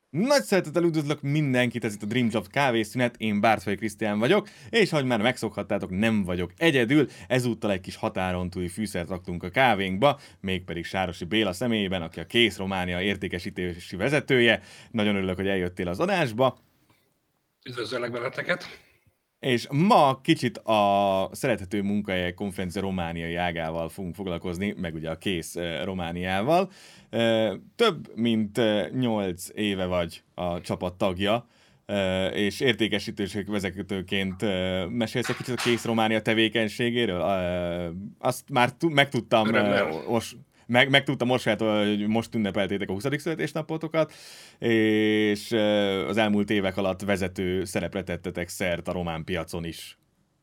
Nagy szeretettel üdvözlök mindenkit, ez itt a Dream Job kávészünet, én Bártfai Krisztián vagyok, és ahogy már megszokhattátok, nem vagyok egyedül, ezúttal egy kis határon túli fűszert raktunk a kávénkba, mégpedig Sárosi Béla személyében, aki a Kész Románia értékesítési vezetője. Nagyon örülök, hogy eljöttél az adásba. Üdvözöllek benneteket! És ma kicsit a Szerethető Munkahelyek Konferencia romániai ágával fogunk foglalkozni, meg ugye a Kész Romániával. Több mint 8 éve vagy a csapat tagja, és értékesítőség vezetőként mesélsz egy kicsit a Kész Románia tevékenységéről? Azt már megtudtam, megtudtam most, hogy most ünnepeltétek a 20. születésnapotokat, és az elmúlt évek alatt vezető szerepre tettetek szert a román piacon is.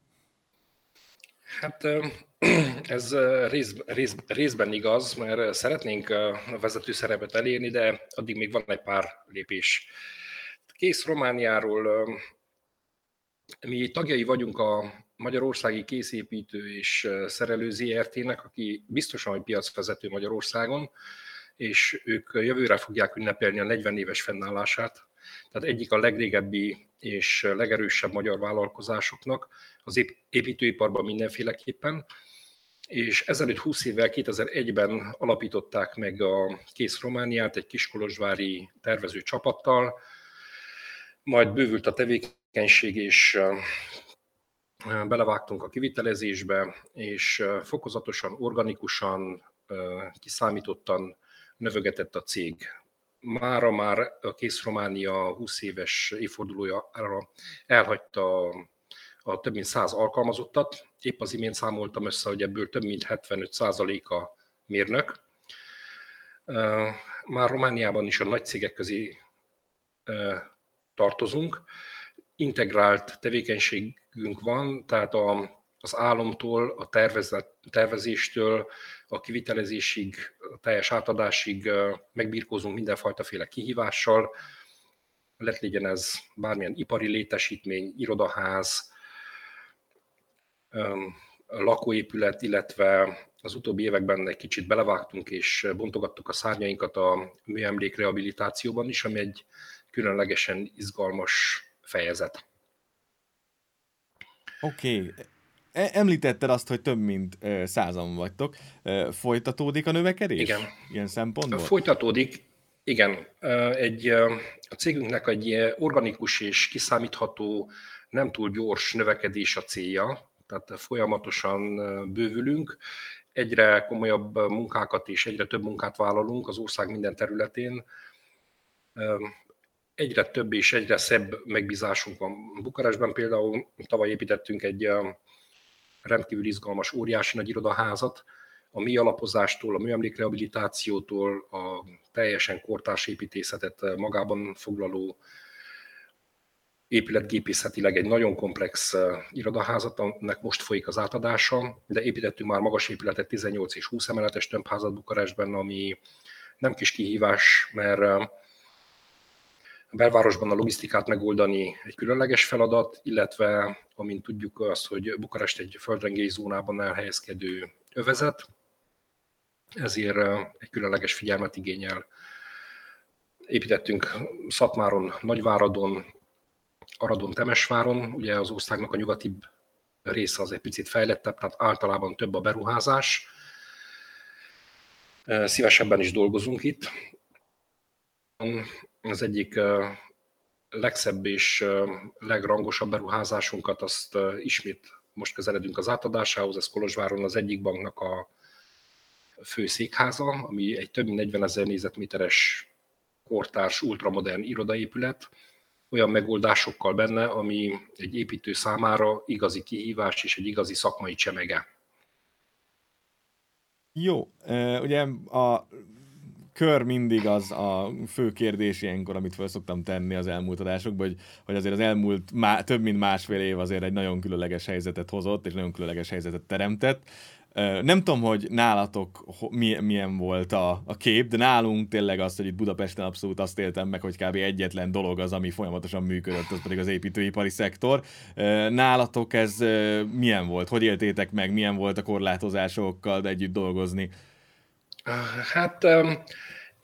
Hát ez részben igaz, mert szeretnénk a vezető szerepet elérni, de addig még van egy pár lépés. Kész Romániáról mi tagjai vagyunk a Magyarországi Készépítő és Szerelő ZRT-nek, aki biztosan, hogy piacvezető Magyarországon, és ők jövőre fogják ünnepelni a 40 éves fennállását. Tehát egyik a legrégebbi és legerősebb magyar vállalkozásoknak, az építőiparban mindenféleképpen, és ezelőtt 20 évvel, 2001-ben alapították meg a Kész Romániát egy kiskolozsvári tervező csapattal, majd bővült a tevékenység, és belevágtunk a kivitelezésbe, és fokozatosan, organikusan, kiszámítottan növegetett a cég. Mára már a Kész Románia 20 éves évfordulójára elhagyta a több mint 100 alkalmazottat. Épp az imént számoltam össze, hogy ebből több mint 75%-a mérnök. Már Romániában is a nagy cégek közé tartozunk. Integrált tevékenységünk van, tehát az álomtól, a tervezéstől, a kivitelezésig, a teljes átadásig megbirkózunk mindenfajtaféle kihívással. Legyen ez bármilyen ipari létesítmény, irodaház, lakóépület, illetve az utóbbi években egy kicsit belevágtunk és bontogattuk a szárnyainkat a műemlék rehabilitációban is, ami egy különlegesen izgalmas fejezet. Oké. Említetted azt, hogy több mint 100-an vagytok. Folytatódik a növekedés? Igen. Ilyen szempontból? Folytatódik, igen. A cégünknek egy organikus és kiszámítható, nem túl gyors növekedés a célja, tehát folyamatosan bővülünk. Egyre komolyabb munkákat és egyre több munkát vállalunk az ország minden területén. Egyre több és egyre szebb megbízásunk van. Bukarestben például tavaly építettünk egy rendkívül izgalmas, óriási nagy irodaházat. A mi alapozástól, a műemlékrehabilitációtól a teljesen kortárs építészetet magában foglaló épületgépészetileg egy nagyon komplex irodaházat, aminek most folyik az átadása, de építettünk már magas épületet, 18 és 20 emeletes tömbházat Bukarestben, ami nem kis kihívás, mert a belvárosban a logisztikát megoldani egy különleges feladat, illetve, amint tudjuk azt, hogy Bukarest egy földrengés zónában elhelyezkedő övezet, ezért egy különleges figyelmet igényel. Építettünk Szatmáron, Nagyváradon, Aradon, Temesváron, ugye az országnak a nyugatibb része az egy picit fejlettebb, tehát általában több a beruházás. Szívesebben is dolgozunk itt. Az egyik legszebb és legrangosabb beruházásunkat azt ismét most közeledünk az átadásához, ez Kolozsváron az egyik banknak a fő székháza, ami egy több mint 40 000 négyzetméteres kortárs, ultramodern irodaépület, olyan megoldásokkal benne, ami egy építő számára igazi kihívás és egy igazi szakmai csemege. Jó, ugye a kör mindig az a fő kérdés ilyenkor, amit fel szoktam tenni az elmúlt adásokban, hogy azért az elmúlt több mint másfél év azért egy nagyon különleges helyzetet hozott, és nagyon különleges helyzetet teremtett. Nem tudom, hogy nálatok milyen volt a kép, de nálunk tényleg az, hogy itt Budapesten abszolút azt éltem meg, hogy kb. Egyetlen dolog az, ami folyamatosan működött, az pedig az építőipari szektor. Nálatok ez milyen volt? Hogy éltétek meg? Milyen volt a korlátozásokkal együtt dolgozni? Hát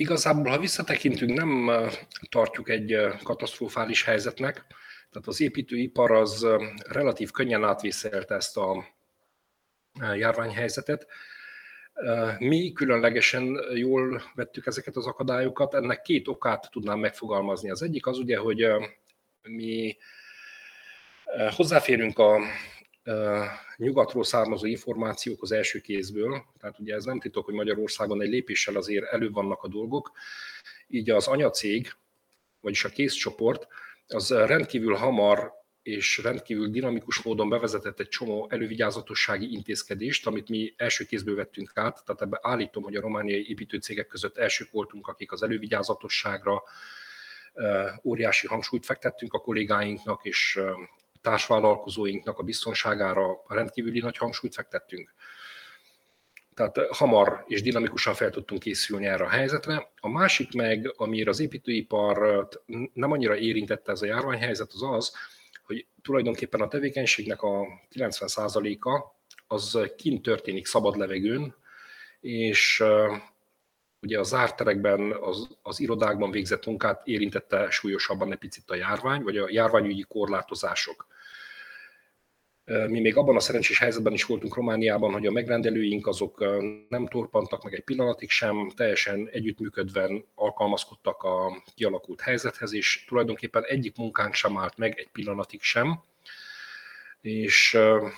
Igazából, ha visszatekintünk, nem tartjuk egy katasztrofális helyzetnek. Tehát az építőipar az relatív könnyen átvészelte ezt a járványhelyzetet. Mi különlegesen jól vettük ezeket az akadályokat. Ennek két okát tudnám megfogalmazni. Az egyik az ugye, hogy mi hozzáférünk a nyugatról származó információk az első kézből, tehát ugye ez nem titok, hogy Magyarországon egy lépéssel azért előbb vannak a dolgok, így az anyacég, vagyis a készcsoport, az rendkívül hamar és rendkívül dinamikus módon bevezetett egy csomó elővigyázatossági intézkedést, amit mi első kézből vettünk át, tehát ebben állítom, hogy a romániai építőcégek között elsők voltunk, akik az elővigyázatosságra óriási hangsúlyt fektettünk a kollégáinknak, és társvállalkozóinknak a biztonságára rendkívüli nagy hangsúlyt fektettünk. Tehát hamar és dinamikusan fel tudtunk készülni erre a helyzetre. A másik meg, amire az építőipart nem annyira érintette ez a járványhelyzet, az az, hogy tulajdonképpen a tevékenységnek a 90%-a az kint történik szabad levegőn, és ugye a zárt terekben, az irodákban végzett munkát érintette súlyosabban egy picit a járvány, vagy a járványügyi korlátozások. Mi még abban a szerencsés helyzetben is voltunk Romániában, hogy a megrendelőink azok nem torpantak meg egy pillanatig sem, teljesen együttműködve alkalmazkodtak a kialakult helyzethez, és tulajdonképpen egyik munkánk sem állt meg egy pillanatig sem. És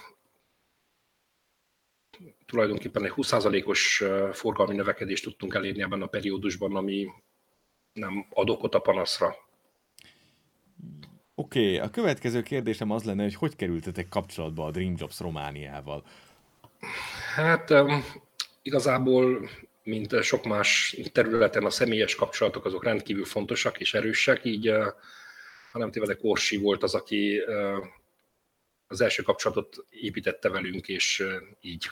tulajdonképpen egy 20%-os forgalmi növekedést tudtunk elérni ebben a periódusban, ami nem ad okot a panaszra. Oké, a következő kérdésem az lenne, hogy kerültetek kapcsolatba a Dream Jobs Romániával? Hát igazából, mint sok más területen, a személyes kapcsolatok azok rendkívül fontosak és erősek, így ha nem tévedek, Orsi volt az, aki az első kapcsolatot építette velünk, és így.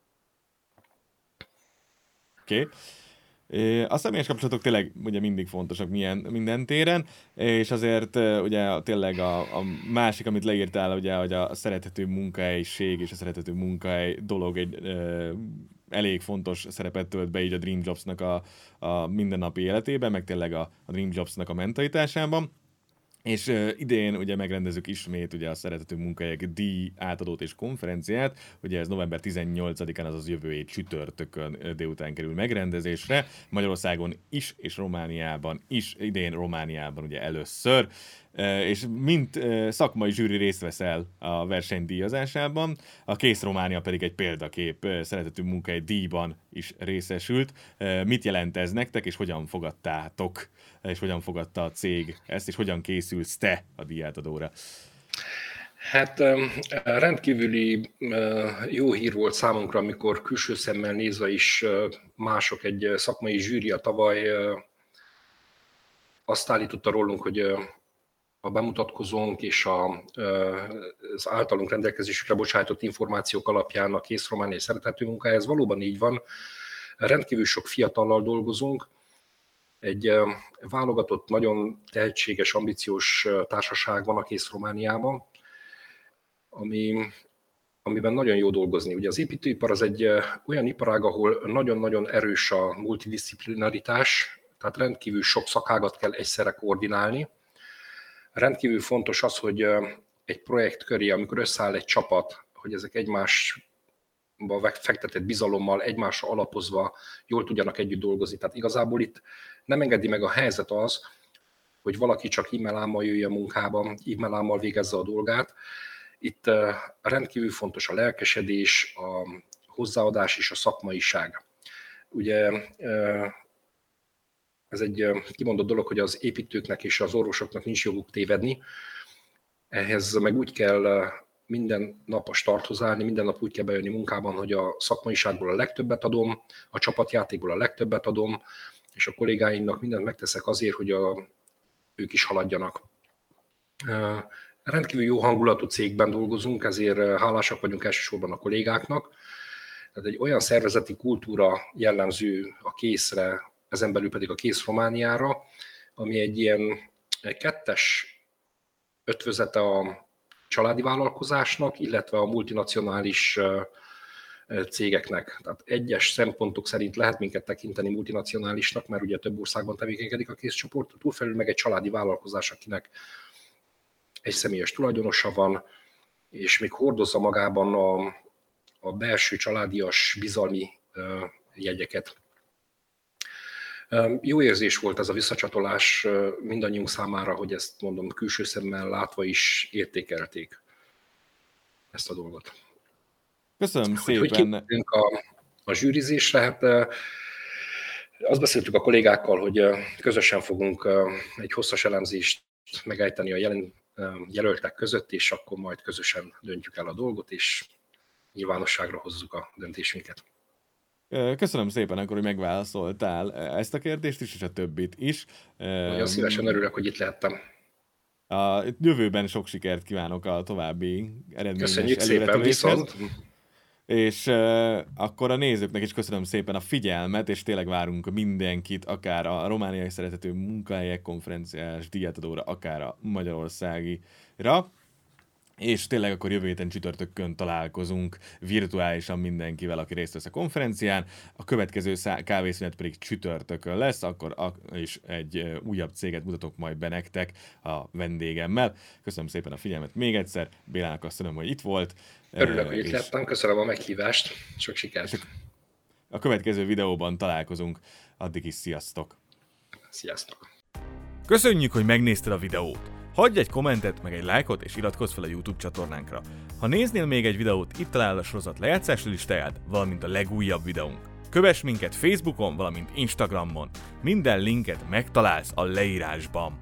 Oké. A személyes kapcsolatok tényleg ugye mindig fontosak minden téren, és azért ugye tényleg a másik, amit leírtál, ugye, hogy a szerethető munkahelyiség és a szerethető munkahely dolog egy elég fontos szerepet tölt be így a Dream Jobs-nak a mindennapi életében, meg tényleg a Dream Jobs-nak a mentalitásában. És idén ugye megrendezünk ismét ugye a Szerethető Munkahelyek díj átadót és konferenciát, ugye ez november 18-án, azaz jövő hét csütörtökön délután kerül megrendezésre, Magyarországon is és Romániában is, idén Romániában ugye először, és mint szakmai zsűri részt veszel a verseny díjazásában, a Kész Románia pedig egy példakép Szerethető Munkahely díjban is részesült. Mit jelent ez nektek, és hogyan fogadtátok, és hogyan fogadta a cég ezt, és hogyan készülsz te a díjátadóra? Hát rendkívüli jó hír volt számunkra, amikor külső szemmel nézve is mások, egy szakmai zsűria tavaly azt állította rólunk, hogy a bemutatkozónk és az általunk rendelkezésükre bocsájtott információk alapján a Kész Románia Szerethető Munkahely, ez valóban így van. Rendkívül sok fiatallal dolgozunk, egy válogatott, nagyon tehetséges, ambíciós társaság van a Kész Romániában, amiben nagyon jó dolgozni. Ugye az építőipar az egy olyan iparág, ahol nagyon-nagyon erős a multidisziplinaritás, tehát rendkívül sok szakágat kell egyszerre koordinálni. Rendkívül fontos az, hogy egy projekt köré, amikor összeáll egy csapat, hogy ezek egymásba fektetett bizalommal, egymásra alapozva jól tudjanak együtt dolgozni. Tehát igazából itt nem engedi meg a helyzet az, hogy valaki csak e-mailámmal jöjjön munkában, e-mailámmal végezze a dolgát. Itt rendkívül fontos a lelkesedés, a hozzáadás és a szakmaiság. Ugye ez egy kimondott dolog, hogy az építőknek és az orvosoknak nincs joguk tévedni. Ehhez meg úgy kell minden nap a starthoz állni, minden nap úgy kell bejönni munkában, hogy a szakmaiságból a legtöbbet adom, a csapatjátékból a legtöbbet adom, és a kollégáimnak mindent megteszek azért, hogy ők is haladjanak. Rendkívül jó hangulatú cégben dolgozunk, ezért hálásak vagyunk elsősorban a kollégáknak. Tehát egy olyan szervezeti kultúra jellemző a Készre, ezen belül pedig a Kész Romániára, ami egy ilyen kettes ötvözete a családi vállalkozásnak, illetve a multinacionális cégeknek. Tehát egyes szempontok szerint lehet minket tekinteni multinacionálisnak, mert ugye több országban tevékenykedik a készcsoport, túlfelül meg egy családi vállalkozás, akinek egy személyes tulajdonosa van, és még hordozza magában a belső családias bizalmi jegyeket. Jó érzés volt ez a visszacsatolás mindannyiunk számára, hogy ezt mondom, külső szemmel látva is értékelték ezt a dolgot. Köszönöm szépen. Hogy készülünk a zsűrizésre, hát azt beszéltük a kollégákkal, hogy közösen fogunk egy hosszas elemzést megejteni a jelöltek között, és akkor majd közösen döntjük el a dolgot, és nyilvánosságra hozzuk a döntésünket. Köszönöm szépen akkor, hogy megválaszoltál ezt a kérdést is, és a többit is. Nagyon szívesen örülök, hogy itt lehettem. A jövőben sok sikert kívánok a további eredményes Köszönjük szépen, viszont! És akkor a nézőknek is köszönöm szépen a figyelmet, és tényleg várunk mindenkit, akár a romániai szeretető munkahelyek konferenciás díjátadóra, akár a magyarországira. És tényleg akkor jövő héten csütörtökön találkozunk virtuálisan mindenkivel, aki részt vesz a konferencián. A következő kávészünet pedig csütörtökön lesz, akkor is egy újabb céget mutatok majd be nektek a vendégemmel. Köszönöm szépen a figyelmet még egyszer. Bélának köszönöm, hogy itt volt. Örülök, hogy itt lettem, köszönöm a meghívást. Sok sikert! A következő videóban találkozunk. Addig is sziasztok! Sziasztok! Köszönjük, hogy megnézted a videót! Hagyj egy kommentet, meg egy lájkot, és iratkozz fel a YouTube csatornánkra. Ha néznél még egy videót, itt találod a sorozat lejátszási listáját, valamint a legújabb videónk. Kövess minket Facebookon, valamint Instagramon. Minden linket megtalálsz a leírásban.